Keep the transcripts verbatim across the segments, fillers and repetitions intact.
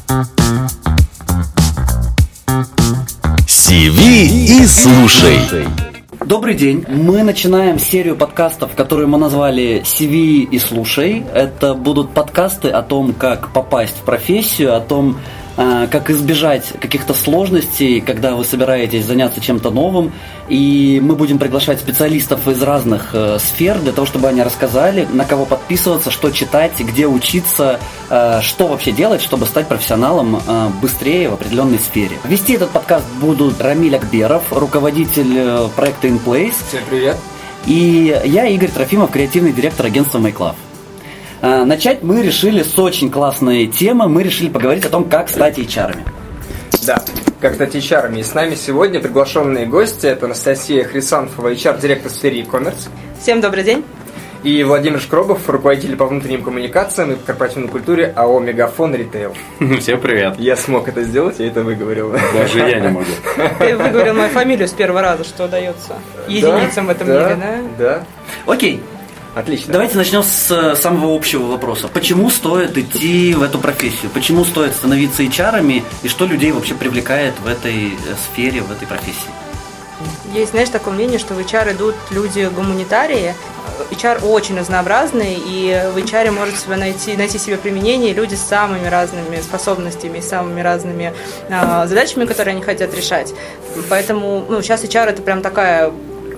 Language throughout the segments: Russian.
си ви и слушай. Добрый день. Мы начинаем серию подкастов, которую мы назвали «си ви и слушай». Это будут подкасты о том, как попасть в профессию, о том, как избежать каких-то сложностей, когда вы собираетесь заняться чем-то новым. И мы будем приглашать специалистов из разных э, сфер для того, чтобы они рассказали, на кого подписываться, что читать, где учиться, э, что вообще делать, чтобы стать профессионалом э, быстрее в определенной сфере. Вести этот подкаст будут Рамиль Акберов, руководитель э, проекта InPlace. Всем привет. И я, Игорь Трофимов, креативный директор агентства MakeLove. Начать мы решили с очень классной темы. Мы решили поговорить о том, как стать эйч ар-ами. Да, как стать эйч ар-ами. И с нами сегодня приглашенные гости. Это Анастасия Хрисанфова, эйч ар-директор в сфере e-commerce. Всем добрый день. И Владимир Шкробов, руководитель по внутренним коммуникациям и корпоративной культуре АО «Мегафон Ритейл». Всем привет. Я смог это сделать, я это выговорил. Даже я не могу. Ты выговорил мою фамилию с первого раза, что дается единицам в этом мире, да? Да. Окей. Отлично. Давайте начнем с самого общего вопроса. Почему стоит идти в эту профессию? Почему стоит становиться эйч ар-ами? И что людей вообще привлекает в этой сфере, в этой профессии? Есть, знаешь, такое мнение, что в эйч ар идут люди-гуманитарии. эйч ар очень разнообразный, и в эйч ар может себя найти, найти себе применение люди с самыми разными способностями, с самыми разными э, задачами, которые они хотят решать. Поэтому ну, сейчас эйч ар это прям такая...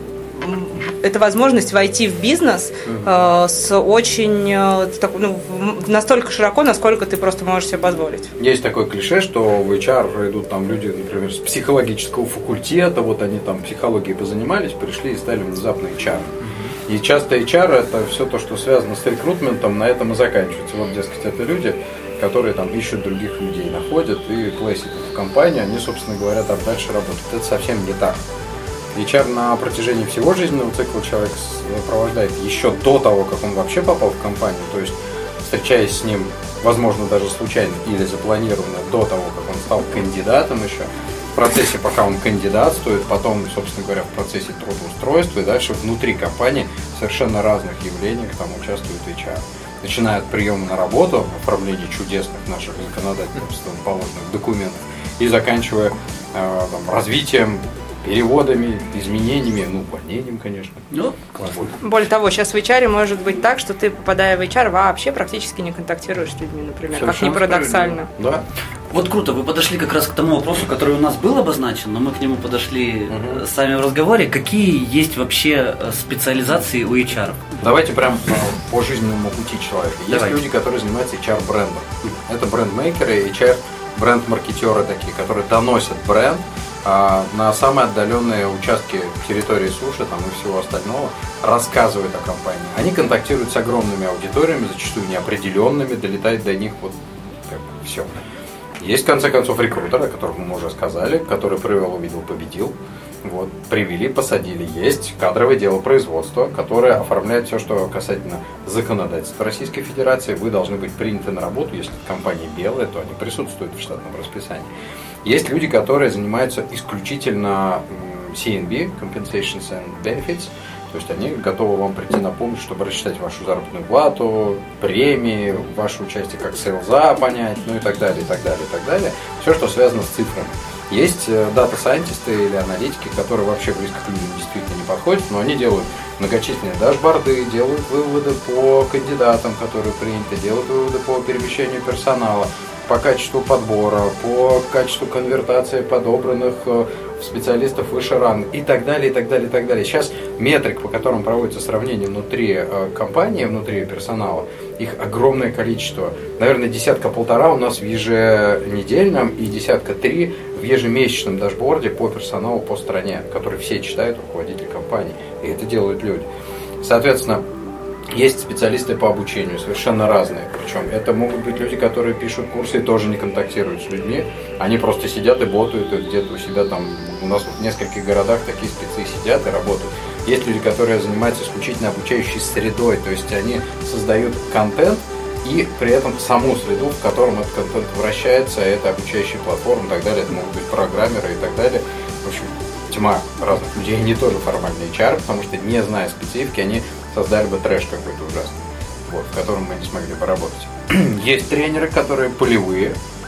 Это возможность войти в бизнес э, с очень э, так, ну, настолько широко, насколько ты просто можешь себе позволить. Есть такое клише, что в эйч ар идут там люди, например, с психологического факультета, вот они там психологией позанимались, пришли и стали внезапно эйч ар. И часто эйч ар это все то, что связано с рекрутментом, на этом и заканчивается. Вот, дескать, это люди, которые там ищут других людей, находят и плейсят их в компанию, они, собственно говоря, там дальше работают. Это совсем не так. эйч ар на протяжении всего жизненного цикла человек сопровождает еще до того, как он вообще попал в компанию, то есть встречаясь с ним, возможно, даже случайно или запланированно до того, как он стал кандидатом еще, в процессе, пока он кандидатствует, потом, собственно говоря, в процессе трудоустройства и дальше внутри компании в совершенно разных явлениях там участвует эйч ар. Начиная от приема на работу, оформления чудесных наших законодательством положенных документов и заканчивая э, там, развитием, переводами, изменениями, ну, увольнением, конечно. Ну, более того, сейчас в эйч ар может быть так, что ты, попадая в эйч ар, вообще практически не контактируешь с людьми, например, совершенно как ни парадоксально. Да. Вот круто, вы подошли как раз к тому вопросу, который у нас был обозначен, но мы к нему подошли угу. сами в разговоре. Какие есть вообще специализации у эйч ар? Давайте прям по жизненному пути человека. Есть Давай. люди, которые занимаются эйч ар-брендом. Это бренд-мейкеры, эйч ар-бренд-маркетеры такие, которые доносят бренд а на самые отдаленные участки территории суши там, и всего остального, рассказывают о компании. Они контактируют с огромными аудиториями, зачастую неопределенными, долетает до них вот как бы все. Есть, в конце концов, рекрутер, о котором мы уже сказали, который привел, увидел, победил. Вот, привели, посадили. Есть кадровое дело производства, которое оформляет все, что касательно законодательства Российской Федерации. Вы должны быть приняты на работу, если компания белая, то они присутствуют в штатном расписании. Есть люди, которые занимаются исключительно си эн би, Compensations and Benefits, то есть они готовы вам прийти на помощь, чтобы рассчитать вашу заработную плату, премии, ваше участие как сейлза понять, ну и так далее, и так далее, и так далее. Все, что связано с цифрами. Есть дата-сайентисты или аналитики, которые вообще близко к людям действительно не подходят, но они делают многочисленные дашборды, делают выводы по кандидатам, которые приняты, делают выводы по перемещению персонала, по качеству подбора, по качеству конвертации подобранных специалистов выше ранга и так далее, и так далее, и так далее. Сейчас метрик, по которым проводится сравнение внутри компании, внутри персонала, их огромное количество. Наверное, десятка-полтора у нас в еженедельном и десятка-три в ежемесячном дашборде по персоналу по стране, который все читают руководители компании. И это делают люди. Соответственно, есть специалисты по обучению, совершенно разные. Причем это могут быть люди, которые пишут курсы и тоже не контактируют с людьми. Они просто сидят и ботают, и где-то у себя там, у нас в нескольких городах такие спецы сидят и работают. Есть люди, которые занимаются исключительно обучающей средой, то есть они создают контент и при этом саму среду, в котором этот контент вращается, это обучающие платформы и так далее, это могут быть программеры и так далее. В общем, тьма разных людей, они тоже формальные эйч ар, потому что, не зная специфики, они создали бы трэш какой-то ужасный, вот, в котором мы не смогли бы работать. Есть тренеры, которые полевые,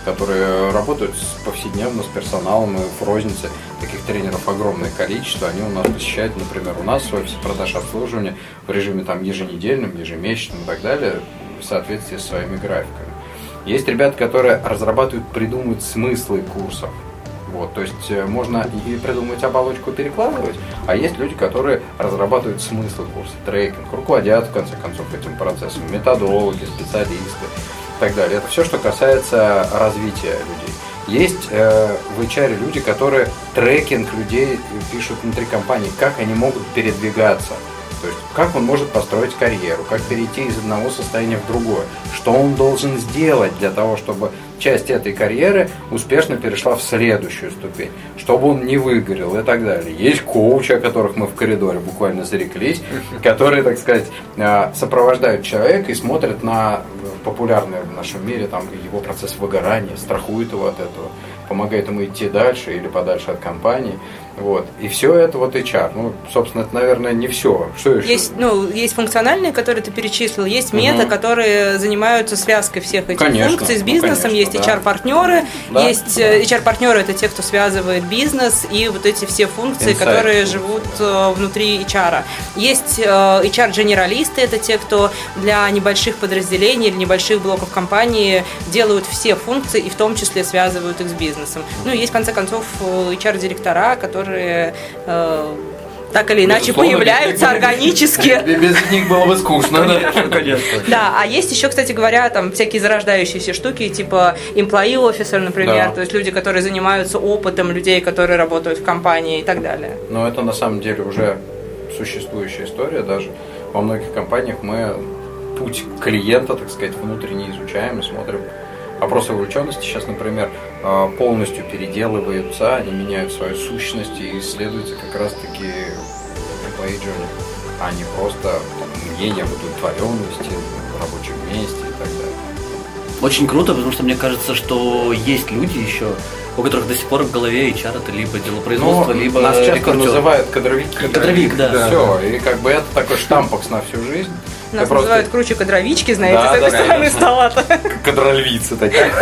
которые работают повседневно с персоналом, и в рознице таких тренеров огромное количество. Они у нас посещают, например, у нас в офисе продаж обслуживания в режиме там еженедельном, ежемесячном и так далее, в соответствии с своими графиками. Есть ребята, которые разрабатывают, придумывают смыслы курсов. Вот, то есть можно и придумать оболочку, перекладывать, а есть люди, которые разрабатывают смыслы курса, трекинг, руководят, в конце концов, этим процессом, методологи, специалисты и так далее. Это все, что касается развития людей. Есть э, в эйч ар люди, которые трекинг людей пишут внутри компании, как они могут передвигаться. То есть, как он может построить карьеру, как перейти из одного состояния в другое, что он должен сделать для того, чтобы часть этой карьеры успешно перешла в следующую ступень, чтобы он не выгорел и так далее. Есть коучи, о которых мы в коридоре буквально зареклись, которые, так сказать, сопровождают человека и смотрят на популярный в нашем мире там, его процесс выгорания, страхуют его от этого, помогает ему идти дальше или подальше от компании. Вот. И все это вот эйч ар. Ну, собственно, это, наверное, не все. Что еще? Есть, ну, есть функциональные, которые ты перечислил, есть мета, угу. которые занимаются связкой всех этих конечно, функций с бизнесом, ну, конечно, есть да. эйч ар-партнеры, да. есть да. эйч ар-партнеры – это те, кто связывает бизнес и вот эти все функции, Insight. которые живут внутри эйч ар. Есть эйч ар-генералисты, это те, кто для небольших подразделений или небольших блоков компании делают все функции и в том числе связывают их с бизнесом. Ну и есть, в конце концов, эйч ар-директора, которые которые э, так или иначе Безусловно, появляются без органически. Без них было бы скучно, да? Да, а есть еще, кстати говоря, там всякие зарождающиеся штуки, типа employee officer, например, то есть люди, которые занимаются опытом людей, которые работают в компании и так далее. Но это на самом деле уже существующая история, даже во многих компаниях мы путь клиента, так сказать, внутренне изучаем и смотрим. Опросы вовлеченности сейчас, например, полностью переделываются, они меняют свою сущность и исследуются как раз-таки employee journey, а не просто мнение об удовлетворенности в рабочем месте и так далее. Очень круто, потому что мне кажется, что есть люди еще, у которых до сих пор в голове эйч ар это либо делопроизводство, ну, либо нас часто рекрутер. называют кадровики. Кадровик, да. да. Все, и как бы это такой штампокс на всю жизнь. Нас просто... называют круче кадровички, знаете, да, с этой да, стороны стола-то. Кадрольвицы такие.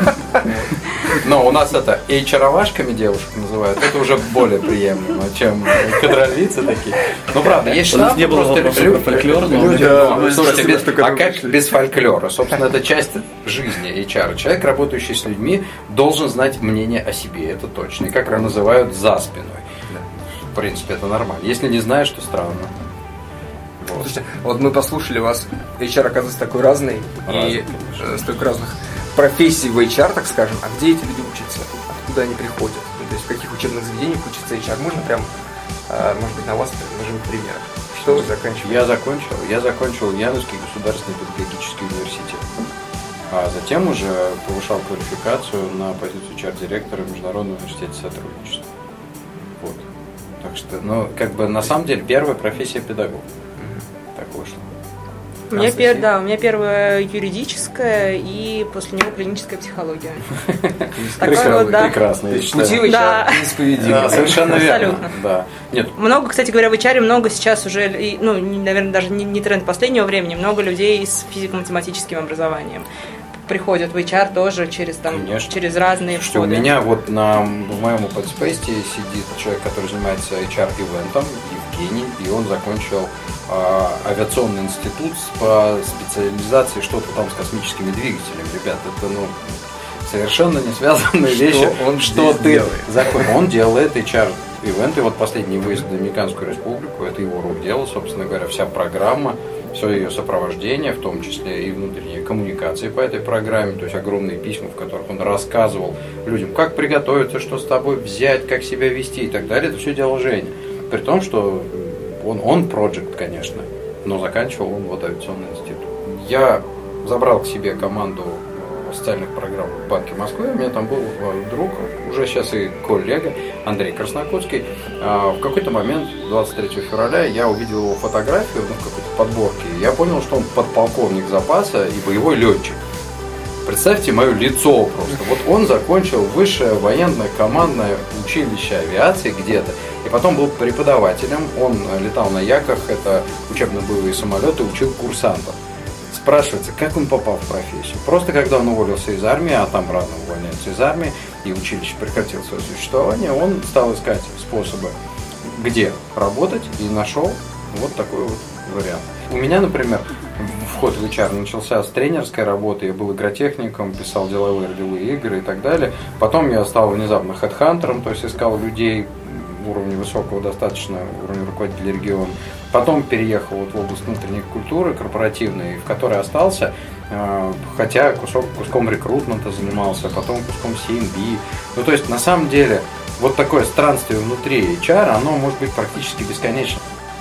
Но у нас это эйч ар-овашками девушек называют, это уже более приемлемо, чем кадрольвицы такие. Ну правда, есть штамп, не было вопроса про фольклор, но... Слушайте, а как без фольклора? Собственно, это часть жизни эйч ар. Человек, работающий с людьми, должен знать мнение о себе, это точно. И как его называют за спиной. В принципе, это нормально. Если не знаешь, то странно. Вот. Слушайте, вот мы послушали вас, эйч ар оказывается такой разный, разный и э, столько разных профессий в эйч ар, так скажем. А где эти люди учатся? Откуда они приходят? Ну, то есть в каких учебных заведениях учится эйч ар? Можно прям, э, может быть, на вас на живых примерах? Что вы заканчивали? Я закончил. Я закончил Яновский государственный педагогический университет. А затем уже повышал квалификацию на позицию эйч ар-директора Международного университета сотрудничества. Вот. Так что, ну, как бы на самом деле первая профессия педагог. Так вышло. У меня, пер, да, у меня первая юридическая и после него клиническая психология. Прекрасно. Пути в эйч ар неисповедимы. Совершенно верно. Да. Нет. Много, кстати говоря, в эйч ар много сейчас уже, ну, наверное, даже не тренд последнего времени, много людей с физико-математическим образованием приходят в эйч ар тоже через, там, через разные входы. У меня вот на, в моем open space сидит человек, который занимается эйч ар-ивентом, Евгений, и он закончил э, авиационный институт по специализации что-то там с космическими двигателями. Ребят, это ну, совершенно не связанные вещи. Он что ты делает? Он делает эйч ар-ивент, и вот последний выезд в Доминиканскую республику, это его рук дело, собственно говоря, вся программа, все ее сопровождение, в том числе и внутренние коммуникации по этой программе, то есть огромные письма, в которых он рассказывал людям, как приготовиться, что с тобой взять, как себя вести и так далее. Это все делал Женя. При том, что он, он проект, конечно, но заканчивал он вот авиационный институт. Я забрал к себе команду социальных программ в Банке Москвы. У меня там был друг, уже сейчас и коллега, Андрей Краснокутский. В какой-то момент, двадцать третьего февраля, я увидел его фотографию ну, в какой-то подборке. И я понял, что он подполковник запаса и боевой летчик. Представьте мое лицо просто. Вот он закончил высшее военное командное училище авиации где-то. И потом был преподавателем. Он летал на Яках, это учебно-боевые самолеты, учил курсантов. спрашивается, как он попал в профессию. Просто когда он уволился из армии, а там рано увольняются из армии, и училище прекратило свое существование, он стал искать способы, где работать, и нашел вот такой вот вариант. У меня, например, вход в эйч ар начался с тренерской работы, я был игротехником, писал деловые ролевые игры и так далее. Потом я стал внезапно хедхантером, то есть искал людей уровня высокого достаточно, уровня руководителя региона. Потом переехал вот в область внутренней культуры, корпоративной, в которой остался, хотя кусок, куском рекрутмента занимался, потом куском си эн би. Ну, то есть, на самом деле, вот такое странствие внутри эйч ар, оно может быть практически бесконечно.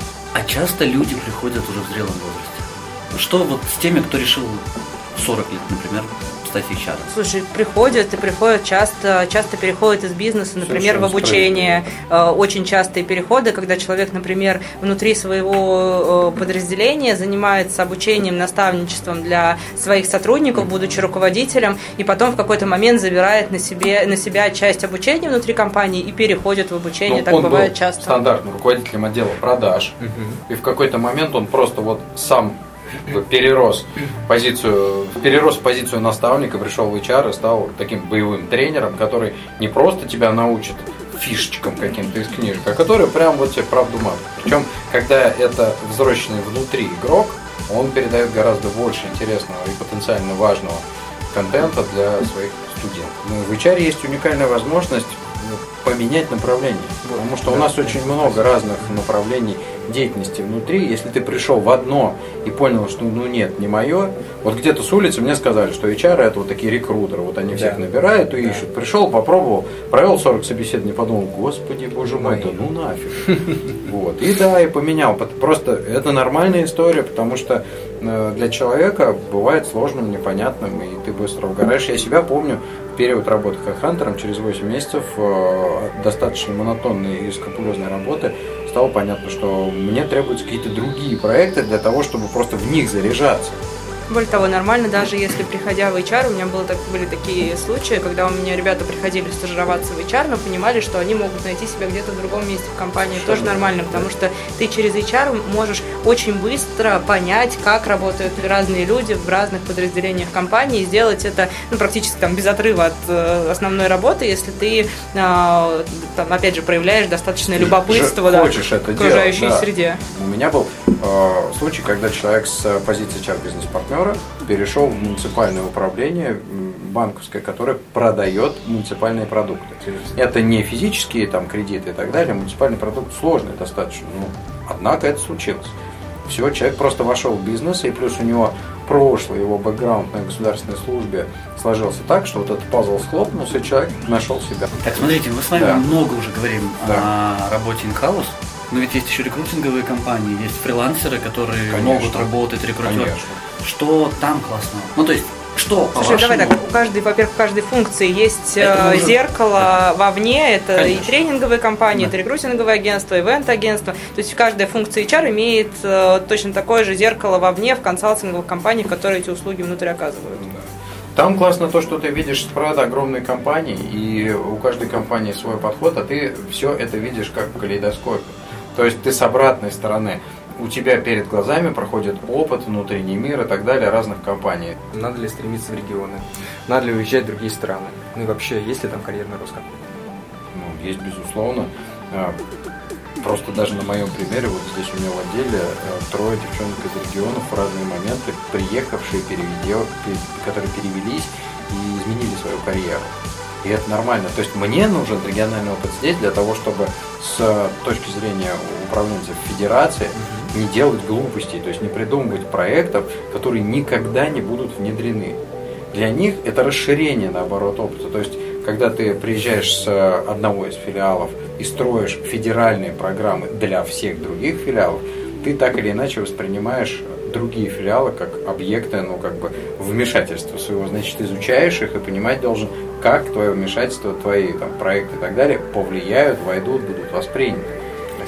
А часто люди приходят уже в зрелом возрасте. Что вот с теми, кто решил в сорок лет, например, стать эйч ар? Слушай, приходят и приходят часто, часто переходят из бизнеса, например, совершенно в обучение. Справедливо. Очень частые переходы, когда человек, например, внутри своего подразделения занимается обучением, наставничеством для своих сотрудников, будучи руководителем, и потом в какой-то момент забирает на, себе, на себя часть обучения внутри компании и переходит в обучение. Но так он бывает был часто. Стандартным руководителем отдела продаж, угу. И в какой-то момент он просто вот сам перерос позицию, перерос в позицию наставника, пришел в эйч ар и стал таким боевым тренером, который не просто тебя научит фишечкам каким-то из книжек, а который прям вот тебе правду матку. Причем, когда это взросленный внутри игрок, он передает гораздо больше интересного и потенциально важного контента для своих студентов. Ну, в эйч ар есть уникальная возможность поменять направление, потому что у нас очень много разных направлений деятельности внутри. Если ты пришел в одно и понял, что ну нет, не мое, вот где-то с улицы мне сказали, что эйч ар это вот такие рекрутеры, вот они всех да. набирают и да. ищут. Пришел, попробовал, провел сорок собеседований, подумал, господи, боже мой, да ну нафиг. Вот. И да, и поменял. Просто это нормальная история, потому что для человека бывает сложным, непонятным, и ты быстро угораешь. Я себя помню, в период работы хедхантером, через восемь месяцев достаточно монотонной и скрупулезной работы, стало понятно, что мне требуются какие-то другие проекты для того, чтобы просто в них заряжаться. Более того, нормально, даже если, приходя в эйч ар, у меня было так, были такие случаи, когда у меня ребята приходили стажироваться в эйч ар, но понимали, что они могут найти себя где-то в другом месте в компании. Это тоже нормально, потому что ты через эйч ар можешь очень быстро понять, как работают разные люди в разных подразделениях компании, и сделать это ну, практически там, без отрыва от э, основной работы, если ты, э, там, опять же, проявляешь достаточное любопытство да, хочешь это к окружающей делать, да. среде. У меня был э, случай, когда человек с позиции эйч ар-бизнес-партнера перешел в муниципальное управление банковское, которое продает муниципальные продукты. Это не физические там, кредиты и так далее, муниципальный продукт сложный достаточно, но однако это случилось. Все, человек просто вошел в бизнес, и плюс у него прошлый его бэкграунд на государственной службе сложился так, что вот этот пазл схлопнулся, и человек нашел себя. Так, смотрите, мы с вами да. много уже говорим да. о работе in-house. Но ведь есть еще рекрутинговые компании, есть фрилансеры, которые Конечно. могут работать рекрутерами. Что там классно? Ну, то есть, что Слушай, давай так, у каждой, во-первых, в каждой функции есть это зеркало да. вовне, это Конечно. и тренинговые компании, да. это рекрутинговое агентство, ивент-агентство. То есть каждая функция эйч ар имеет э, точно такое же зеркало вовне в консалтинговых компаниях, которые эти услуги внутри оказывают. Там классно то, что ты видишь спред огромной компании, и у каждой компании свой подход, а ты все это видишь как в калейдоскопе. То есть ты с обратной стороны. У тебя перед глазами проходит опыт, внутренний мир и так далее разных компаний. Надо ли стремиться в регионы? Надо ли уезжать в другие страны? Ну и вообще, есть ли там карьерный рост? Ну, есть, безусловно. Просто даже на моем примере, вот здесь у меня в отделе трое девчонок из регионов в разные моменты, приехавшие, переведя, которые перевелись и изменили свою карьеру. И это нормально. То есть мне нужен региональный опыт здесь для того, чтобы с точки зрения управленцев федерации mm-hmm. не делать глупостей, то есть не придумывать проектов, которые никогда не будут внедрены. Для них это расширение, наоборот, опыта. То есть когда ты приезжаешь с одного из филиалов и строишь федеральные программы для всех других филиалов, ты так или иначе воспринимаешь другие филиалы как объекты, ну, как бы вмешательства своего. Значит, изучаешь их и понимать должен, как твое вмешательство, твои там, проекты и так далее повлияют, войдут, будут восприняты.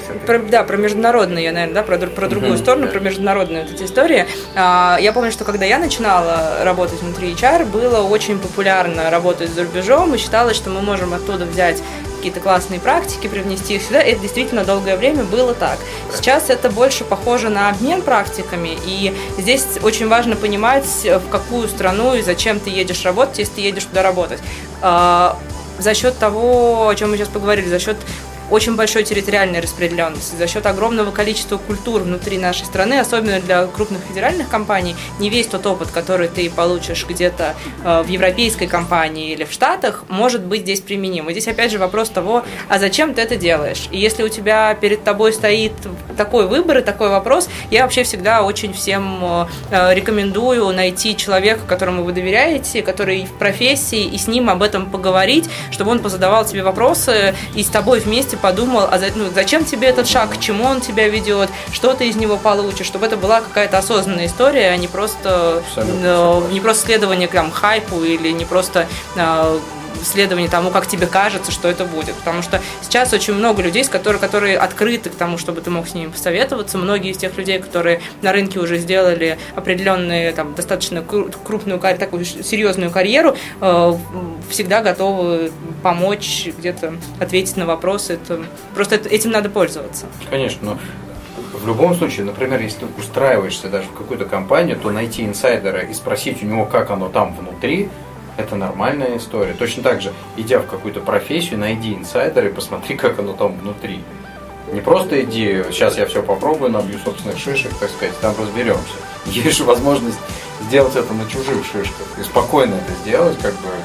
Про, да, про международные, я, наверное, да, про, про другую uh-huh, сторону, да. про международные вот эти истории. А, я помню, что когда я начинала работать внутри эйч ар, было очень популярно работать за рубежом, и считалось, что мы можем оттуда взять какие-то классные практики, привнести их сюда. Это действительно долгое время было так. Сейчас это больше похоже на обмен практиками, и здесь очень важно понимать, в какую страну и зачем ты едешь работать, если ты едешь туда работать. А, за счет того, о чем мы сейчас поговорили, за счет очень большой территориальной распределенности, за счет огромного количества культур внутри нашей страны, особенно для крупных федеральных компаний, не весь тот опыт, который ты получишь где-то в европейской компании или в Штатах, может быть здесь применим. И здесь опять же вопрос того, а зачем ты это делаешь? И если у тебя перед тобой стоит такой выбор и такой вопрос, я вообще всегда очень всем рекомендую найти человека, которому вы доверяете, который в профессии, и с ним об этом поговорить, чтобы он позадавал тебе вопросы и с тобой вместе подумал, а за, ну, зачем тебе этот шаг, к чему он тебя ведет, что ты из него получишь, чтобы это была какая-то осознанная история, а не просто, э, не просто следование к там, хайпу или не просто э, следование тому, как тебе кажется, что это будет. Потому что сейчас очень много людей, которые, которые открыты к тому, чтобы ты мог с ними посоветоваться. Многие из тех людей, которые на рынке уже сделали определенную, там, достаточно крупную, такую серьезную карьеру, всегда готовы помочь, где-то ответить на вопросы. Это, просто этим надо пользоваться. Конечно, но в любом случае, например, если ты устраиваешься даже в какую-то компанию, то найти инсайдера и спросить у него, как оно там внутри, это нормальная история. Точно так же, идя в какую-то профессию, найди инсайдера и посмотри, как оно там внутри. Не просто иди, сейчас я все попробую, набью собственных шишек, так сказать, там разберемся. Есть же возможность сделать это на чужих шишках и спокойно это сделать, как бы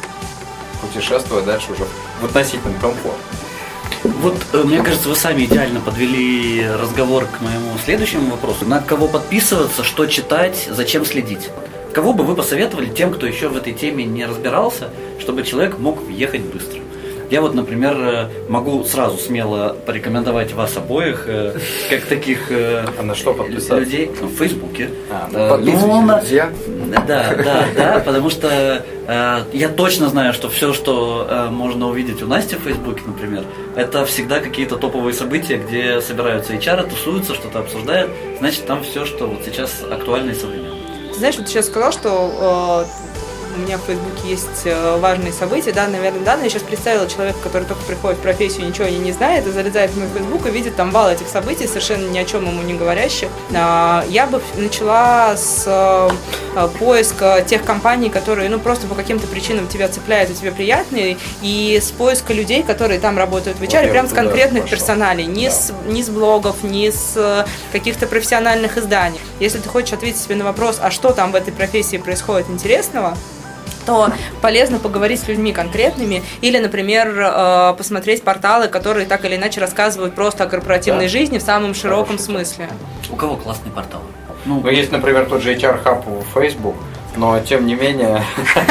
путешествуя дальше уже в относительном комфорте. Вот, мне кажется, вы сами идеально подвели разговор к моему следующему вопросу. На кого подписываться, что читать, зачем следить? Кого бы вы посоветовали тем, кто еще в этой теме не разбирался, чтобы человек мог въехать быстро? Я вот, например, могу сразу смело порекомендовать вас обоих, как таких а на что подписаться? Людей в Фейсбуке. А, ну, подписывайтесь, друзья. Да, да, да, потому что э, я точно знаю, что все, что э, можно увидеть у Насти в Фейсбуке, например, это всегда какие-то топовые события, где собираются эйч ар, тусуются, что-то обсуждают. Значит, там все, что вот сейчас актуально и современно. Знаешь, вот ты сейчас сказал, что э, у меня в Фейсбуке есть э, важные события, да, наверное, да, но я сейчас представила человека, который только приходит в профессию, ничего не, не знает, и залезает в мой Фейсбук и видит там вал этих событий, совершенно ни о чем ему не говорящих. Э, я бы начала с э, поиска тех компаний, которые, ну, просто по каким-то причинам тебя цепляют и тебе приятные, и с поиска людей, которые там работают в эйч ар, вот прям с конкретных персоналей, не, да. с, не с блогов, не с каких-то профессиональных изданий. Если ты хочешь ответить себе на вопрос, а что там в этой профессии происходит интересного, то полезно поговорить с людьми конкретными или, например, посмотреть порталы, которые так или иначе рассказывают просто о корпоративной да. жизни в самом широком Хороший смысле. У кого классные порталы? Ну, есть, например, тот же эйч ар Hub в Facebook, но тем не менее,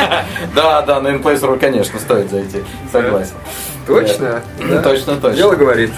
да, да, на InPlace точка ру, конечно, стоит зайти, согласен. Точно? Да. Точно, точно. Дело говорит.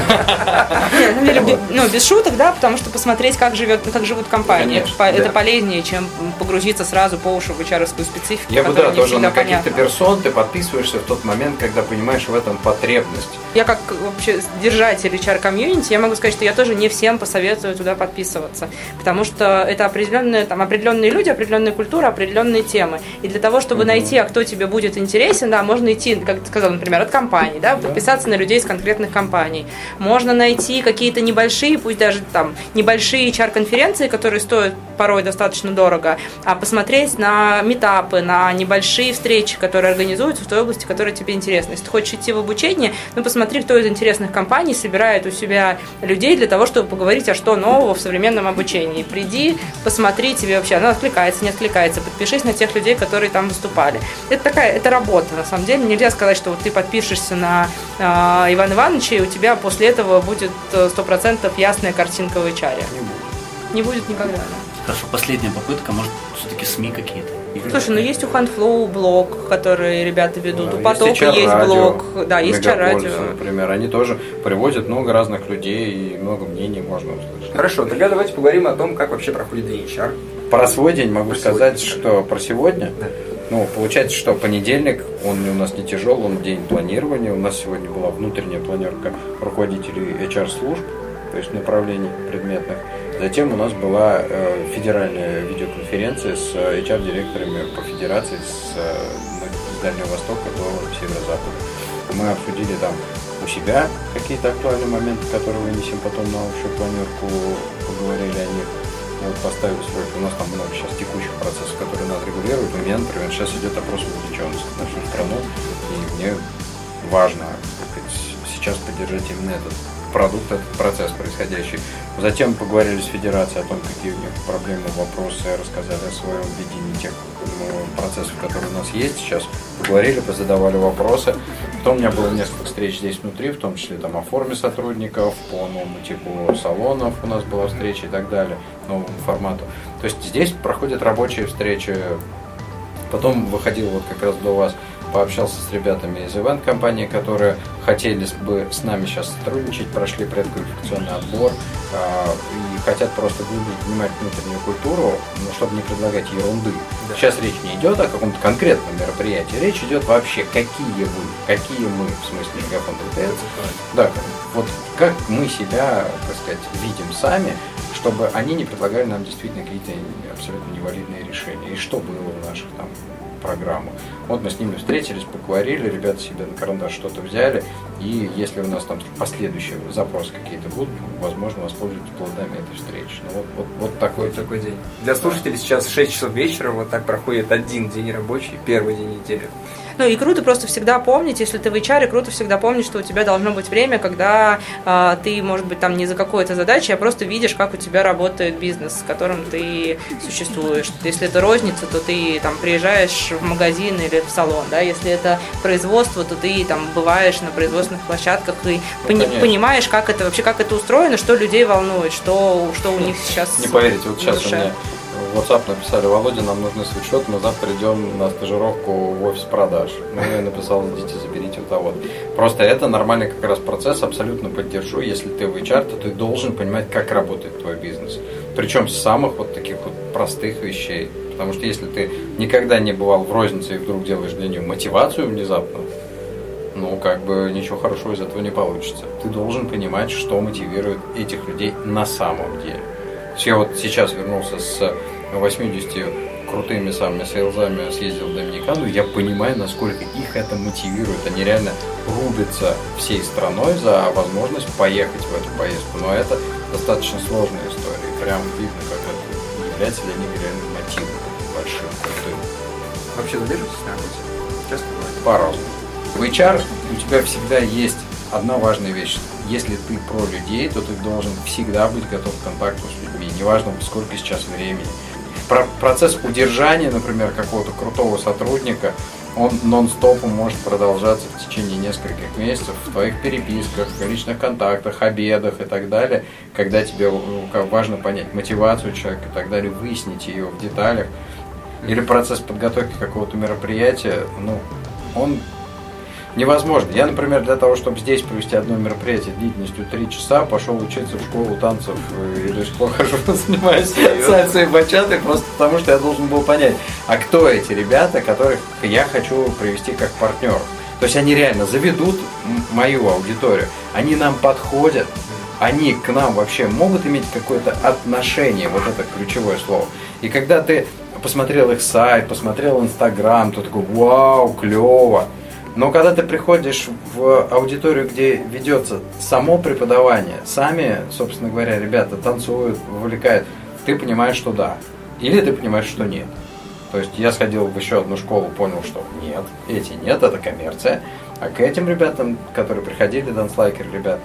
Нет, ну, или, ну, без шуток, да, потому что посмотреть, как, живет, как живут компании, Конечно, это да. полезнее, чем погрузиться сразу по уши в эйч ар-овскую специфику. Я бы, да, тоже на каких-то персон ты подписываешься в тот момент, когда понимаешь в этом потребность. Я как вообще держатель эйч ар-комьюнити, я могу сказать, что я тоже не всем посоветую туда подписываться, потому что это определенные, там, определенные люди, определенная культура, определенные темы. И для того, чтобы mm-hmm. найти, а кто тебе будет интересен, да, можно идти, как ты сказал, например, от компании, да, подписаться на людей из конкретных компаний. Можно найти какие-то небольшие, пусть даже там небольшие эйч ар-конференции, которые стоят порой достаточно дорого, а посмотреть на митапы, на небольшие встречи, которые организуются в той области, которая тебе интересна. Если ты хочешь идти в обучение, ну посмотри, кто из интересных компаний собирает у себя людей для того, чтобы поговорить, а что нового в современном обучении. Приди, посмотри, тебе вообще оно откликается, не откликается, подпишись на тех людей, которые там выступали. Это такая, это работа, на самом деле. Нельзя сказать, что вот ты подпишешься на э, Ивана Ивановича, и у тебя после этого будет сто процентов ясная картинка в эйч ар. Не будет. Не будет никогда, да. Хорошо, последняя попытка, может, все-таки СМИ какие-то? Слушай, ну есть у Handflow блог, который ребята ведут, да, у Потока есть, есть блог, да, есть эйч ар-радио. Например, они тоже приводят много разных людей и много мнений можно услышать. Хорошо, тогда давайте поговорим о том, как вообще проходит день эйч ар. Про свой день могу про сказать, сегодня, что про сегодня. Да. Ну, получается, что понедельник, он у нас не тяжелый, он день планирования. У нас сегодня была внутренняя планерка руководителей эйч ар-служб, то есть направлений предметных. Затем у нас была э, федеральная видеоконференция с эйч ар-директорами по федерации с, э, с Дальнего Востока до Северо-Запада. Мы обсудили там у себя какие-то актуальные моменты, которые вынесем потом на общую планерку, поговорили о них. Вот, поставили сроки. У нас там много сейчас текущих процессов, которые надо регулировать. У меня, например, сейчас идет опрос вовлеченности на всю страну, и мне важно, так сказать, сейчас поддержать именно этот продукт, этот процесс происходящий. Затем поговорили с федерацией о том, какие у них проблемы, вопросы, рассказали о своем видении тех процессов, которые у нас есть сейчас. Поговорили, позадавали вопросы. Потом у меня было несколько встреч здесь внутри, в том числе там о форме сотрудников, по новому типу салонов у нас была встреча и так далее, новому формату. То есть здесь проходят рабочие встречи. Потом выходил вот как раз до вас, пообщался с ребятами из ивент-компании, которые хотели бы с нами сейчас сотрудничать, прошли предквалификационный отбор э, и хотят просто глубже понимать внутреннюю культуру, но чтобы не предлагать ерунды. Да. Сейчас речь не идет о каком-то конкретном мероприятии, речь идет вообще, какие вы, какие мы, в смысле Мегафон ди ти эс, да, вот как мы себя, так сказать, видим сами, чтобы они не предлагали нам действительно какие-то абсолютно невалидные решения. И что было в наших там программах. Вот мы с ними встретились, поговорили, ребята себе на карандаш что-то взяли, и если у нас там последующие запросы какие-то будут, возможно, воспользуйтесь плодами этой встречи. Ну, вот, вот, вот такой, такой день. Для слушателей сейчас шесть часов вечера, вот так проходит один день рабочий, первый день недели. Ну и круто просто всегда помнить, если ты в эйч ар, круто всегда помнить, что у тебя должно быть время, когда э, ты, может быть, там не за какой-то задачей, а просто видишь, как у тебя работает бизнес, с которым ты существуешь. Если это розница, то ты там приезжаешь в магазин или в салон, да, если это производство, то ты там бываешь на производственных площадках и ну, пони- понимаешь, как это вообще, как это устроено, что людей волнует, что, что у них сейчас. Не поверите, вот сейчас у меня в WhatsApp написали: Володя, нам нужны свитшот, мы завтра идем на стажировку в офис продаж. Ну, я написал: идите, заберите вот того. Просто это нормальный как раз процесс, абсолютно поддержу. Если ты в эйч ар, то ты должен понимать, как работает твой бизнес. Причем с самых вот таких вот простых вещей. Потому что если ты никогда не бывал в рознице и вдруг делаешь для нее мотивацию внезапно, ну, как бы ничего хорошего из этого не получится. Ты должен понимать, что мотивирует этих людей на самом деле. Я вот сейчас вернулся с восьмидесятью крутыми самыми сейлзами, съездил в Доминикану, я понимаю, насколько их это мотивирует. Они реально рубятся всей страной за возможность поехать в эту поездку. Но это достаточно сложная история. И прям видно, как это является для них реальным мотивом большим, крутым. Вообще задержитесь на работе? Часто бывает? По-разному. В эйч ар у тебя всегда есть одна важная вещь. Если ты про людей, то ты должен всегда быть готов к контакту с людьми. Неважно, сколько сейчас времени. Про- процесс удержания, например, какого-то крутого сотрудника, он нон-стопом может продолжаться в течение нескольких месяцев в твоих переписках, в личных контактах, обедах и так далее, когда тебе важно понять мотивацию человека и так далее, выяснить ее в деталях. Или процесс подготовки какого-то мероприятия, ну, он невозможно. Я, например, для того, чтобы здесь провести одно мероприятие длительностью три часа, пошел учиться в школу танцев и до сих пор хожу, занимаюсь сальсой и бачатой, просто потому что я должен был понять, а кто эти ребята, которых я хочу привести как партнер. То есть они реально заведут мою аудиторию, они нам подходят, они к нам вообще могут иметь какое-то отношение, вот это ключевое слово. И когда ты посмотрел их сайт, посмотрел Инстаграм, то такой: вау, клево. Но когда ты приходишь в аудиторию, где ведется само преподавание, сами, собственно говоря, ребята танцуют, вовлекают, ты понимаешь, что да. Или ты понимаешь, что нет. То есть я сходил в еще одну школу, понял, что нет, эти нет, это коммерция. А к этим ребятам, которые приходили, данслайкер ребят,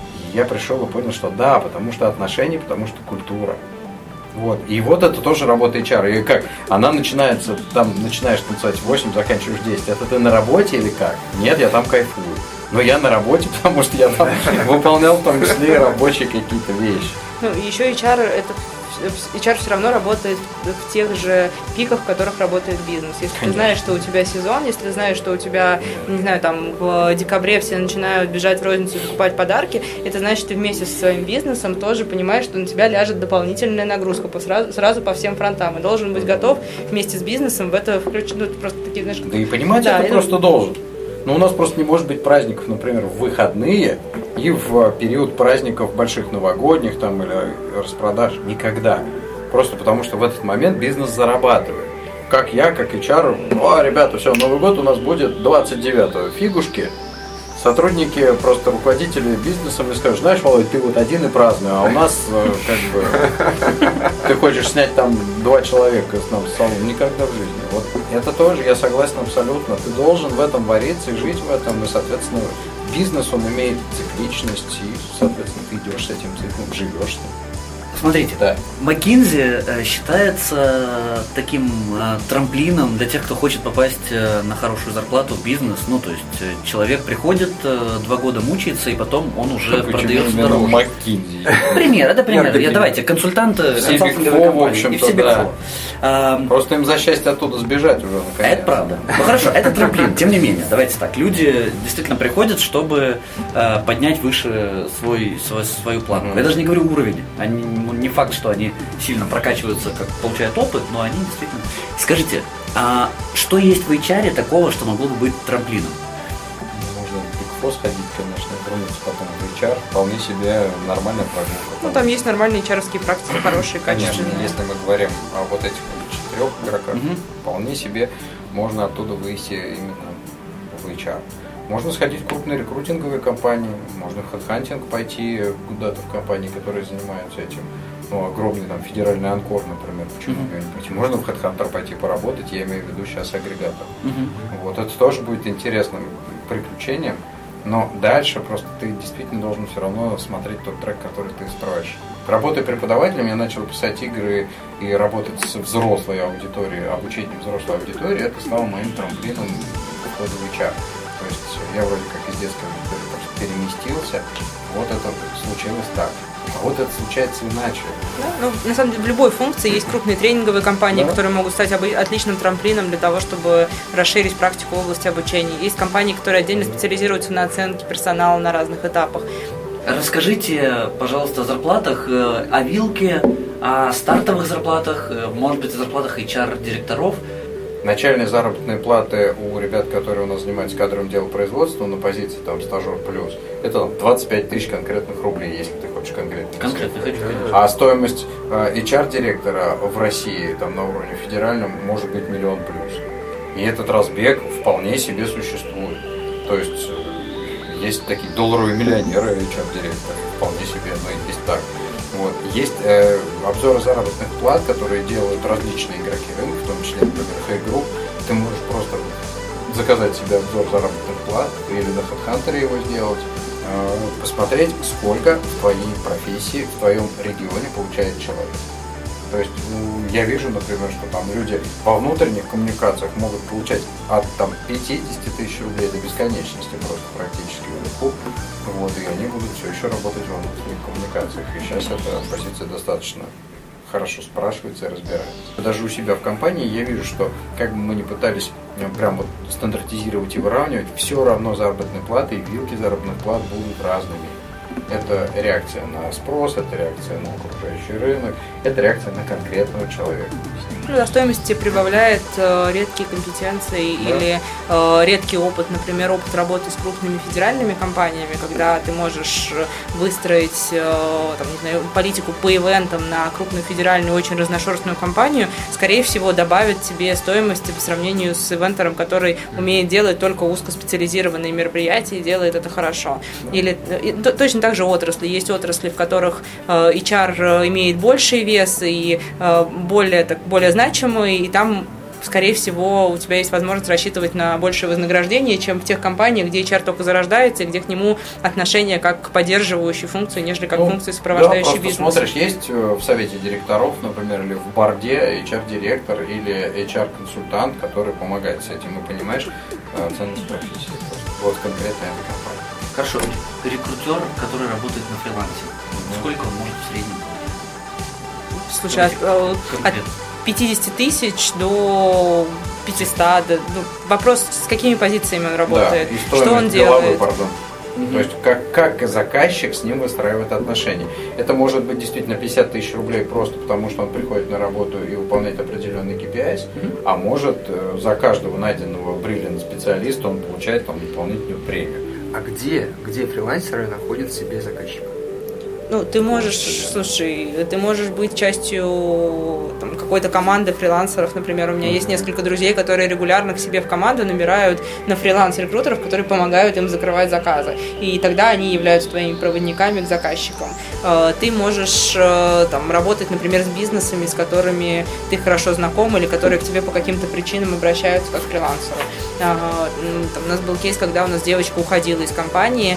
я пришел и понял, что да, потому что отношения, потому что культура. Вот. И вот это тоже работа эйч ар. И как? Она начинается, там начинаешь танцевать в восемь, заканчиваешь в десять. Это ты на работе или как? Нет, я там кайфую. Но я на работе, потому что я там выполнял в том числе рабочие какие-то вещи. Ну, еще эйч ар, это, эйч ар все равно работает в тех же пиках, в которых работает бизнес. Если Конечно. Ты знаешь, что у тебя сезон, если ты знаешь, что у тебя, не знаю, там в декабре все начинают бежать в розницу и покупать подарки, это значит, ты вместе со своим бизнесом тоже понимаешь, что на тебя ляжет дополнительная нагрузка по сразу, сразу по всем фронтам. И должен быть готов вместе с бизнесом в это включить. Ну, просто такие, знаешь, да и понимать да, это, это просто должен. Но у нас просто не может быть праздников, например, в выходные и в период праздников больших новогодних там, или распродаж. Никогда. Просто потому, что в этот момент бизнес зарабатывает. Как я, как эйч ар, о, ребята, все, Новый год у нас будет двадцать девятого. Фигушки. Сотрудники, просто руководители бизнеса мне скажут, знаешь, Володь, ты вот один и празднуй, а у нас как бы ты хочешь снять там два человека с нам в салон. Никогда в жизни. Вот это тоже, я согласен абсолютно. Ты должен в этом вариться и жить в этом, и, соответственно, бизнес, он имеет цикличность, и, соответственно, ты идешь с этим циклом, живешь с ним. Смотрите, да. McKinsey считается таким трамплином для тех, кто хочет попасть на хорошую зарплату в бизнес. Ну, то есть человек приходит, два года мучается, и потом он уже продается дороже. McKinsey? Пример, это пример. Я, давайте, консультанты, консалтинговые компании. И все Big Four. Да. Просто им за счастье оттуда сбежать уже наконец. Это правда. Ну хорошо, это трамплин. Тем не менее, давайте так. Люди действительно приходят, чтобы поднять выше свой, свой, свою планку. Я даже не говорю уровень. Они не факт, что они сильно прокачиваются, как получают опыт, но они действительно... Скажите, а что есть в эйч ар такого, что могло бы быть трамплином? Можно в Big Four сходить, конечно, вернуться потом в эйч ар, вполне себе нормальная программа. Ну, там есть нормальные эйч ар-овские практики, хорошие, качественные. Конечно, если мы говорим о вот этих четырех игроках, угу. вполне себе можно оттуда выйти именно в эйч ар. Можно сходить в крупные рекрутинговые компании, можно в хедхантинг пойти куда-то в компании, которые занимаются этим. Ну, огромный там федеральный Анкор, например, почему uh-huh. не пойти. Можно в HeadHunter пойти поработать, я имею в виду сейчас агрегатор. Uh-huh. Вот, это тоже будет интересным приключением, но дальше просто ты действительно должен все равно смотреть тот трек, который ты строишь. Работая преподавателем, я начал писать игры и работать с взрослой аудиторией, обучением взрослой аудитории, это стало моим трамплином входа в эйч ар. То есть я вроде как из детской аудитории просто переместился, вот это случилось так. А вот это случается иначе. Да, ну, на самом деле в любой функции есть крупные тренинговые компании, да. которые могут стать отличным трамплином для того, чтобы расширить практику в области обучения. Есть компании, которые отдельно специализируются на оценке персонала на разных этапах. Расскажите, пожалуйста, о зарплатах, о вилке, о стартовых зарплатах, может быть, о зарплатах эйч ар-директоров. Начальные заработные платы у ребят, которые у нас занимаются кадровым делопроизводством на позиции там стажер плюс, это двадцать пять тысяч конкретных рублей, если ты хочешь конкретно. Конкретно хочу. А стоимость эйч ар-директора в России там на уровне федеральном может быть миллион плюс. И этот разбег вполне себе существует. То есть есть такие долларовые миллионеры эйч ар-директоры, вполне себе, но и есть так. Вот. Есть э, обзоры заработных плат, которые делают различные игроки рынка, в том числе, например, Hey Group. Ты можешь просто заказать себе обзор заработных плат или на HeadHunter его сделать, э, посмотреть, сколько в твоей профессии, в твоем регионе получает человек. То есть ну, я вижу, например, что там люди во внутренних коммуникациях могут получать от там, пятьдесят тысяч рублей до бесконечности просто практически легко. Вот, и они будут все еще работать во внутренних коммуникациях. И сейчас эта позиция достаточно хорошо спрашивается и разбирается. Даже у себя в компании я вижу, что как бы мы ни пытались прям вот стандартизировать и выравнивать, все равно заработные платы и вилки заработных плат будут разными. Это реакция на спрос, это реакция на окружающий рынок, это реакция на конкретного человека. Ну, да, стоимость тебе прибавляет э, редкие компетенции да. или э, редкий опыт, например, опыт работы с крупными федеральными компаниями, когда ты можешь выстроить э, там, не знаю, политику по ивентам на крупную федеральную, очень разношерстную компанию, скорее всего, добавит тебе стоимости по сравнению с ивентором, который умеет делать только узкоспециализированные мероприятия и делает это хорошо. Или и, точно так же отрасли. Есть отрасли, в которых э, эйч ар имеет больший вес и э, более, так, более значимый, и там, скорее всего, у тебя есть возможность рассчитывать на большее вознаграждение, чем в тех компаниях, где эйч ар только зарождается, и где к нему отношение как к поддерживающей функции, нежели как ну, функции сопровождающей да, бизнес. Смотришь, есть в совете директоров, например, или в борде эйч ар-директор или эйч ар-консультант, который помогает с этим, и понимаешь ценность профессии. Вот конкретно эта компания. Хорошо, рекрутер, который работает на фрилансе, mm-hmm. сколько он может в среднем получать? слушай, от, от пятьдесят тысяч до пятьсот, да, ну, вопрос, с какими позициями он работает, да, что он делает. Пардон. Mm-hmm. То есть как, как заказчик с ним выстраивает отношения. Это может быть действительно пятьдесят тысяч рублей просто потому, что он приходит на работу и выполняет определенный кей пи ай, mm-hmm. а может за каждого найденного бриллиант специалиста он получает там дополнительную премию. А где, где фрилансеры находят себе заказчика? Ну, ты можешь, слушай, ты можешь быть частью там, какой-то команды фрилансеров, например, у меня есть несколько друзей, которые регулярно к себе в команду набирают на фриланс-рекрутеров, которые помогают им закрывать заказы, и тогда они являются твоими проводниками к заказчикам. Ты можешь там работать, например, с бизнесами, с которыми ты хорошо знаком или которые к тебе по каким-то причинам обращаются как фрилансеры. Там, у нас был кейс, когда у нас девочка уходила из компании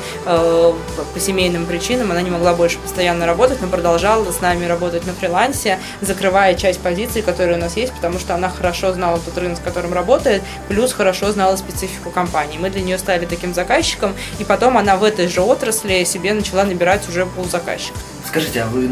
по семейным причинам, она не могла больше постоянно работать, но продолжала с нами работать на фрилансе, закрывая часть позиций, которые у нас есть, потому что она хорошо знала тот рынок, с которым работает, плюс хорошо знала специфику компании. Мы для нее стали таким заказчиком, и потом она в этой же отрасли себе начала набирать уже пул заказчиков. Скажите, а вы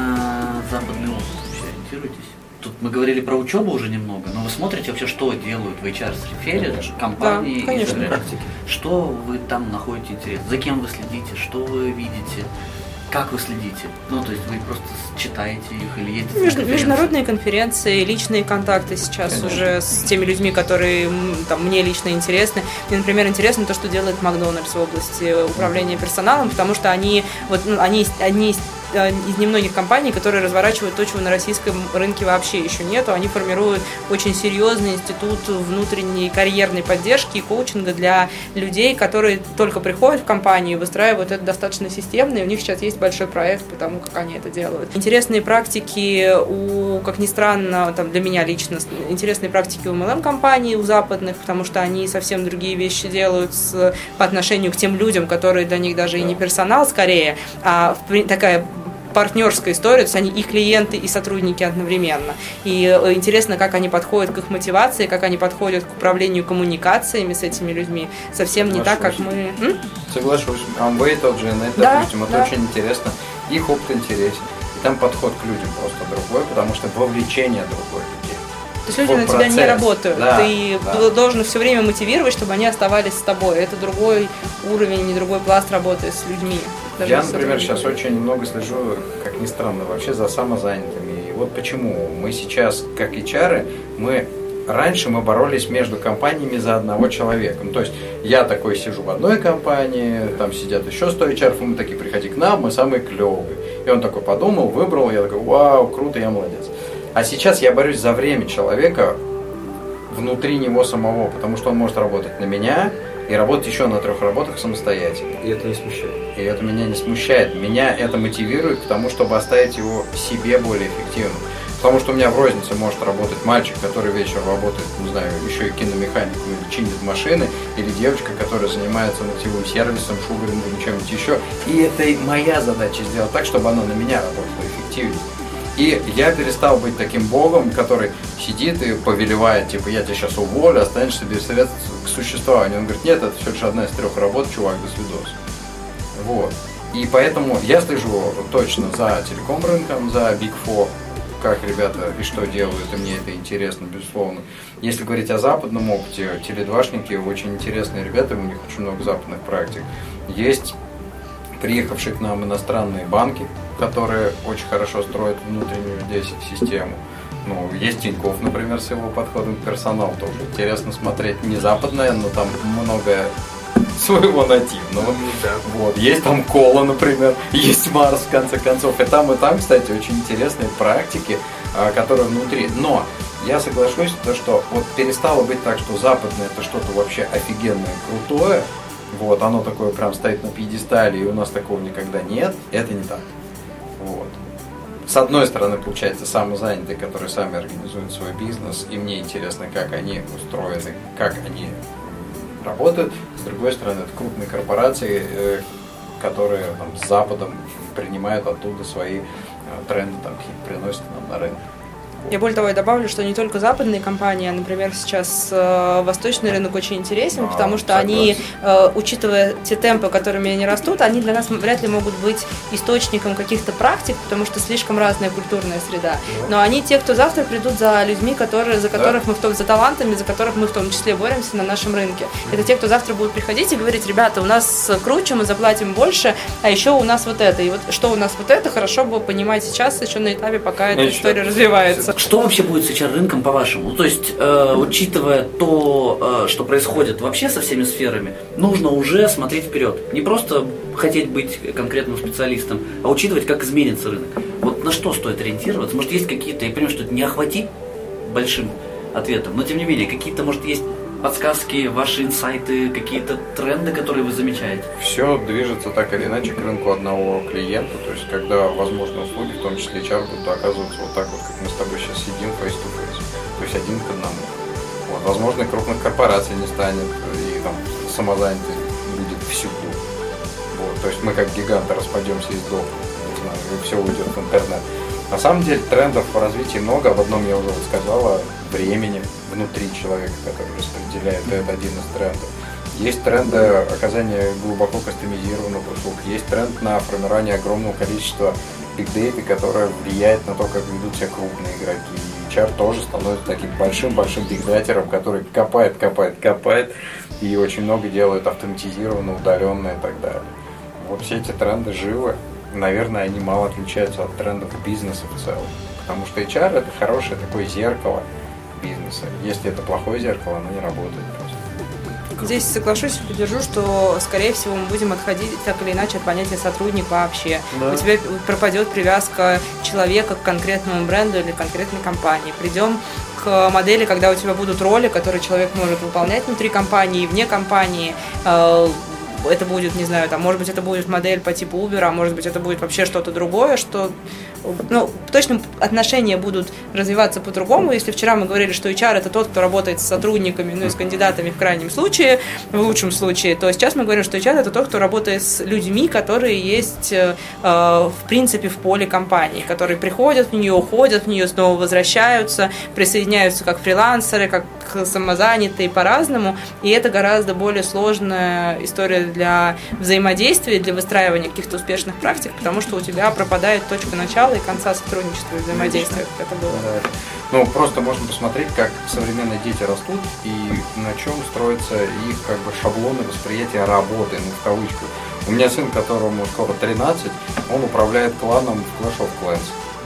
на западный опыт вообще ориентируетесь? Тут мы говорили про учебу уже немного, но вы смотрите вообще, что делают в эйч ар-сфере, компании, да, конечно. и практики. Что вы там находите интересно? За кем вы следите? Что вы видите? Как вы следите? Ну, то есть вы просто читаете их или едете на конференции? Международные конференции, личные контакты сейчас Конечно. Уже с теми людьми, которые там, мне лично интересны. Мне, например, интересно то, что делает Макдональдс в области управления персоналом, потому что они, вот, ну, они, они из немногих компаний, которые разворачивают то, чего на российском рынке вообще еще нету. Они формируют очень серьезный институт внутренней карьерной поддержки и коучинга для людей, которые только приходят в компанию и выстраивают это достаточно системно, и у них сейчас есть большой проект по тому, как они это делают. Интересные практики у, как ни странно, там, для меня лично, интересные практики у эм эл эм-компаний, у западных, потому что они совсем другие вещи делают с, по отношению к тем людям, которые для них даже и не персонал скорее, а такая партнерская история, то есть они и клиенты, и сотрудники одновременно. И интересно, как они подходят к их мотивации, как они подходят к управлению коммуникациями с этими людьми. Совсем не так, как мы... М? Соглашусь. Amway, тот же, да, допустим, это да. очень интересно. Их опыт интересен. И там подход к людям просто другой, потому что вовлечение другое людей. То есть люди на тебя не работают. Да, Ты да. должен все время мотивировать, чтобы они оставались с тобой. Это другой уровень, не другой пласт работы с людьми. Даже Я, с например, сейчас очень много слежу, как ни странно, вообще за самозанятыми. И вот почему мы сейчас, как эйч ар, мы раньше мы боролись между компаниями за одного человека. Ну, то есть я такой сижу в одной компании, там сидят еще сто эйч ар, и мы такие, приходи к нам, мы самые клевые. И он такой подумал, выбрал, я такой, вау, круто, я молодец. А сейчас я борюсь за время человека внутри него самого, потому что он может работать на меня и работать еще на трех работах самостоятельно. И это не смущает. И это меня не смущает. Меня это мотивирует к тому, чтобы оставить его себе более эффективным. Потому что у меня в рознице может работать мальчик, который вечером работает, не знаю, еще и киномехаником или чинит машины, или девочка, которая занимается ногтевым сервисом, шугарингом, чем-нибудь еще. И это моя задача сделать так, чтобы она на меня работала эффективнее. И я перестал быть таким богом, который сидит и повелевает, типа, я тебя сейчас уволю, останешься без средств к существованию. Он говорит, нет, это все лишь одна из трех работ, чувак, до свидос. Вот. И поэтому я слежу точно за телеком рынком, за Big Four, как ребята и что делают, и мне это интересно, безусловно. Если говорить о западном опыте, теледвашники очень интересные ребята, у них очень много западных практик. Есть приехавшие к нам иностранные банки, которые очень хорошо строят внутреннюю здесь систему. Ну, есть Тинькофф, например, с его подходом к персоналу тоже. Интересно смотреть, не западное, но там многое своего нативного. Да. Вот. Есть там Кола, например, есть Марс, в конце концов. И там, и там, кстати, очень интересные практики, которые внутри. Но я соглашусь, то, что вот перестало быть так, что западное это что-то вообще офигенное, крутое. Вот, оно такое прям стоит на пьедестале, и у нас такого никогда нет. Это не так. Вот. С одной стороны, получается, самозанятые, которые сами организуют свой бизнес, и мне интересно, как они устроены, как они работают. С другой стороны, это крупные корпорации, которые там, с Западом принимают оттуда свои тренды, там, приносят нам на рынок. Я более того, я добавлю, что не только западные компании, а, например, сейчас э, восточный рынок очень интересен, да, потому что согласен. Они, э, учитывая те темпы, которыми они растут, они для нас вряд ли могут быть источником каких-то практик, потому что слишком разная культурная среда. Да. Но они те, кто завтра придут за людьми, которые, за которых да. мы в том, за талантами, за которых мы в том числе боремся на нашем рынке. Это те, кто завтра будут приходить и говорить: ребята, у нас круче, мы заплатим больше, а еще у нас вот это. И вот что у нас вот это, хорошо бы понимать сейчас, еще на этапе, пока эта история развивается. Что вообще будет с эйч ар-рынком, по-вашему? Ну, то есть, э, учитывая то, э, что происходит вообще со всеми сферами, нужно уже смотреть вперед. Не просто хотеть быть конкретным специалистом, а учитывать, как изменится рынок. Вот на что стоит ориентироваться? Может, есть какие-то, я понимаю, что это не охватить большим ответом, но тем не менее, какие-то, может, есть подсказки, ваши инсайты, какие-то тренды, которые вы замечаете? Все движется так или иначе к рынку одного клиента, то есть когда возможны услуги, в том числе эйч ар, будут оказываться вот так вот, как мы с тобой сейчас сидим face-to-face, то есть один к одному. Вот, возможно, крупных корпораций не станет, и там самозанятых будет всюду. Вот, то есть мы как гиганты распадемся и сдохнем, не знаю, и все уйдет в интернет. На самом деле трендов по развитию много, об одном я уже вот сказала, времени внутри человека, который распределяет, это один из трендов. Есть тренды оказания глубоко кастомизированных услуг, есть тренд на формирование огромного количества бигдейты, которое влияет на то, как ведут себя крупные игроки. И эйч ар тоже становится таким большим-большим бигдайтером, который копает, копает, копает и очень много делает автоматизированно, удаленно и так далее. Вот все эти тренды живы. Наверное, они мало отличаются от трендов бизнеса в целом. Потому что эйч ар – это хорошее такое зеркало бизнеса. Если это плохое зеркало, оно не работает просто. Здесь соглашусь и поддержу, что, скорее всего, мы будем отходить так или иначе от понятия сотрудник вообще. Да. У тебя пропадет привязка человека к конкретному бренду или конкретной компании. Придем к модели, когда у тебя будут роли, которые человек может выполнять внутри компании и вне компании. Это будет, не знаю, там, может быть, это будет модель по типу Uber, а может быть, это будет вообще что-то другое, что, ну, точно отношения будут развиваться по-другому. Если вчера мы говорили, что эйч ар – это тот, кто работает с сотрудниками, ну, и с кандидатами в крайнем случае, в лучшем случае, то сейчас мы говорим, что эйч ар – это тот, кто работает с людьми, которые есть, э, в принципе, в поле компании, которые приходят в нее, уходят в нее, снова возвращаются, присоединяются как фрилансеры, как самозанятые по-разному, и это гораздо более сложная история для взаимодействия, для выстраивания каких-то успешных практик, потому что у тебя пропадает точка начала и конца сотрудничества и взаимодействия, как это было. Да. Ну, просто можно посмотреть, как современные дети растут и на чем строятся их как бы шаблоны восприятия работы, ну, в кавычках. У меня сын, которому скоро тринадцать, он управляет кланом в Clash of Clans.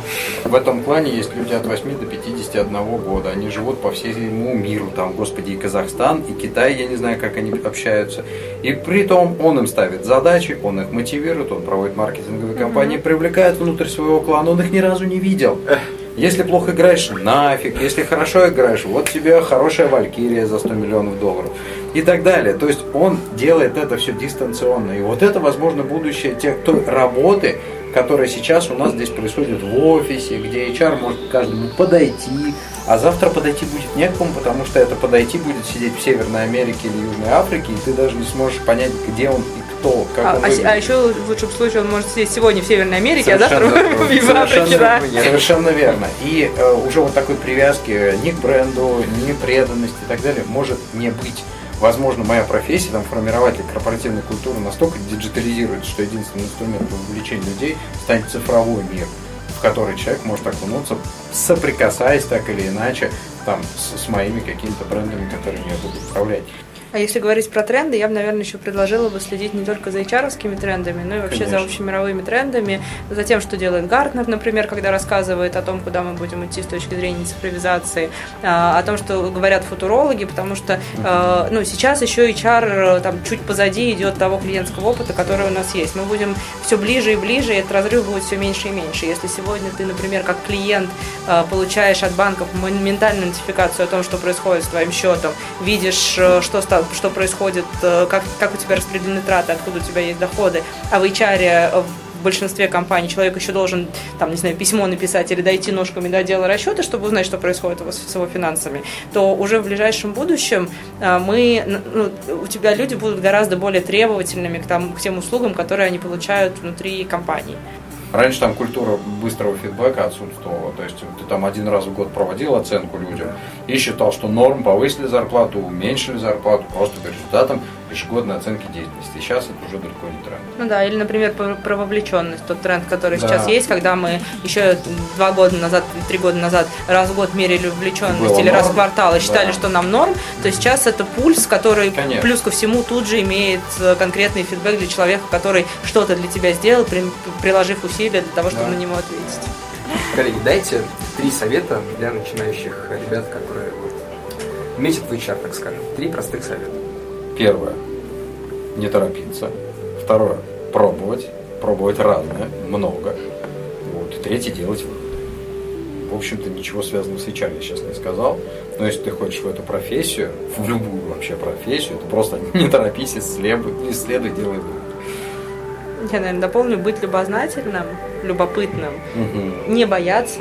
В этом клане есть люди от восьми до пятидесяти одного года. Они живут по всему миру, там, господи, и Казахстан, и Китай, я не знаю, как они общаются. И при том он им ставит задачи, он их мотивирует, он проводит маркетинговые кампании, mm-hmm. привлекает внутрь своего клана, он их ни разу не видел. Если плохо играешь, нафиг. Если хорошо играешь, вот тебе хорошая валькирия за сто миллионов долларов. И так далее. То есть он делает это все дистанционно. И вот это, возможно, будущее те, той работы, которая сейчас у нас здесь происходит в офисе, где эйч ар может каждому подойти, а завтра подойти будет некому, потому что это подойти будет сидеть в Северной Америке или Южной Африке, и ты даже не сможешь понять, где он и кто, как а, он а, а еще в лучшем случае он может сидеть сегодня в Северной Америке, совершенно, а завтра в Южной Африке. Да. Совершенно верно. И э, уже вот такой привязки ни к бренду, ни преданности и так далее может не быть. Возможно, моя профессия, там, формирователь корпоративной культуры настолько диджитализируется, что единственный инструмент вовлечения людей станет цифровой мир, в который человек может окунуться, соприкасаясь так или иначе там, с, с моими какими-то брендами, которыми я буду управлять. А если говорить про тренды, я бы, наверное, еще предложила бы следить не только за эйч ар-овскими трендами, но и вообще Конечно. за общемировыми трендами, за тем, что делает Гартнер, например, когда рассказывает о том, куда мы будем идти с точки зрения цифровизации, о том, что говорят футурологи, потому что ну, сейчас еще эйч ар там, чуть позади идет того клиентского опыта, который у нас есть. Мы будем все ближе и ближе, и этот разрыв будет все меньше и меньше. Если сегодня ты, например, как клиент получаешь от банков моментальную нотификацию о том, что происходит с твоим счетом, видишь, что стало что происходит, как, как у тебя распределены траты, откуда у тебя есть доходы, а в эйч ар в большинстве компаний человек еще должен, там, не знаю, письмо написать или дойти ножками до отдела расчета, чтобы узнать, что происходит у вас с его финансами, то уже в ближайшем будущем мы, ну, у тебя люди будут гораздо более требовательными к, там, к тем услугам, которые они получают внутри компании. Раньше там культура быстрого фидбэка отсутствовала. То есть ты там один раз в год проводил оценку людям и считал, что норм, повысили зарплату, уменьшили зарплату просто по результатам ежегодной оценки деятельности. И сейчас это уже далеко не тренд. Ну да, или, например, про, про вовлеченность, тот тренд, который Да. сейчас есть, когда мы еще два года назад, три года назад раз в год мерили вовлеченность Было или раз в норм. квартал и считали, Да. что нам норм, то сейчас это пульс, который Конечно. плюс ко всему тут же имеет э, конкретный фидбэк для человека, который что-то для тебя сделал, при- приложив усилия для того, чтобы Да. на него ответить. Коллеги, дайте три совета для начинающих ребят, которые вот метят в эйч ар, так скажем. Три простых совета. Первое. Не торопиться. Второе. Пробовать. Пробовать разное. Много. Вот. И третье. Делать выбор. В общем-то, ничего связанного с эйч ар я сейчас не сказал. Но если ты хочешь в эту профессию, в любую вообще профессию, то просто не торопись, исследуй, исследуй, делай выбор. Я, наверное, дополню, быть любознательным, любопытным, Угу. не бояться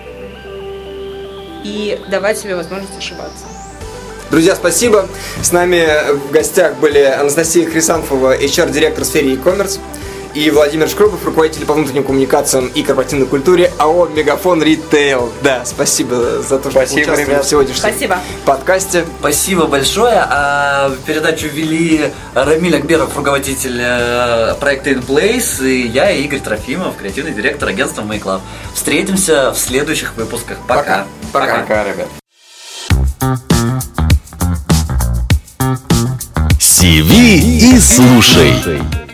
и давать себе возможность ошибаться. Друзья, спасибо. С нами в гостях были Анастасия Хрисанфова, эйч ар-директор в сфере e-commerce, и Владимир Шкробов, руководитель по внутренним коммуникациям и корпоративной культуре АО «Мегафон Ритейл». Да, спасибо за то, что Спасибо, участвовали ребят. в сегодняшнем Спасибо. подкасте. Спасибо большое. А передачу вели Рамиль Акберов, руководитель э, проекта InPlace, и я, Игорь Трофимов, креативный директор агентства MakeLab. Встретимся в следующих выпусках. Пока. Пока. Пока, ребят. Сиви и слушай.